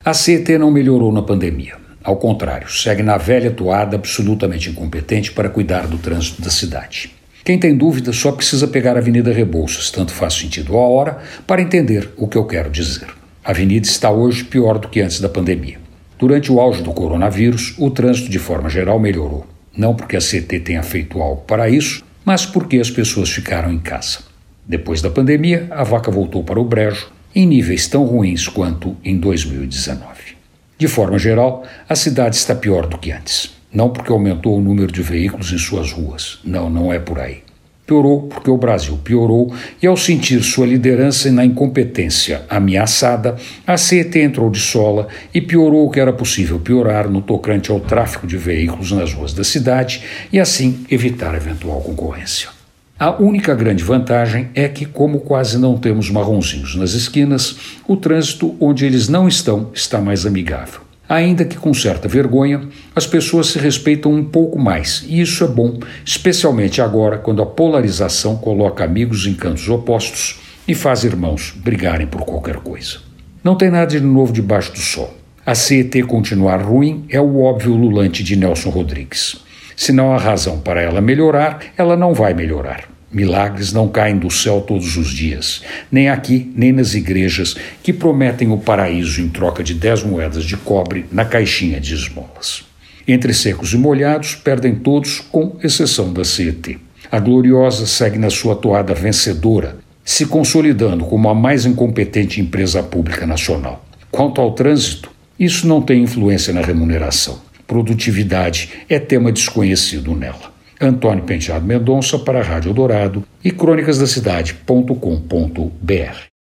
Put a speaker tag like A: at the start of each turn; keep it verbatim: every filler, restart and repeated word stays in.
A: A C E T não melhorou na pandemia. Ao contrário, segue na velha toada absolutamente incompetente para cuidar do trânsito da cidade. Quem tem dúvida só precisa pegar a Avenida Rebouças, tanto faz sentido a hora, para entender o que eu quero dizer. A avenida está hoje pior do que antes da pandemia. Durante o auge do coronavírus, o trânsito de forma geral melhorou. Não porque a C E T tenha feito algo para isso, mas porque as pessoas ficaram em casa. Depois da pandemia, a vaca voltou para o brejo, em níveis tão ruins quanto em dois mil e dezenove. De forma geral, a cidade está pior do que antes. Não porque aumentou o número de veículos em suas ruas. Não, não é por aí. Piorou porque o Brasil piorou e, ao sentir sua liderança na incompetência ameaçada, a C E T entrou de sola e piorou o que era possível piorar no tocante ao tráfego de veículos nas ruas da cidade e, assim, evitar eventual concorrência. A única grande vantagem é que, como quase não temos marronzinhos nas esquinas, o trânsito onde eles não estão está mais amigável. Ainda que com certa vergonha, as pessoas se respeitam um pouco mais, e isso é bom, especialmente agora quando a polarização coloca amigos em cantos opostos e faz irmãos brigarem por qualquer coisa. Não tem nada de novo debaixo do sol. A C E T continuar ruim é o óbvio ululante de Nelson Rodrigues. Se não há razão para ela melhorar, ela não vai melhorar. Milagres não caem do céu todos os dias, nem aqui, nem nas igrejas que prometem o paraíso em troca de dez moedas de cobre na caixinha de esmolas. Entre secos e molhados, perdem todos, com exceção da C E T. A Gloriosa segue na sua toada vencedora, se consolidando como a mais incompetente empresa pública nacional. Quanto ao trânsito, isso não tem influência na remuneração. Produtividade é tema desconhecido nela. Antônio Penteado Mendonça para a Rádio Dourado e crônicas da cidade ponto com ponto br.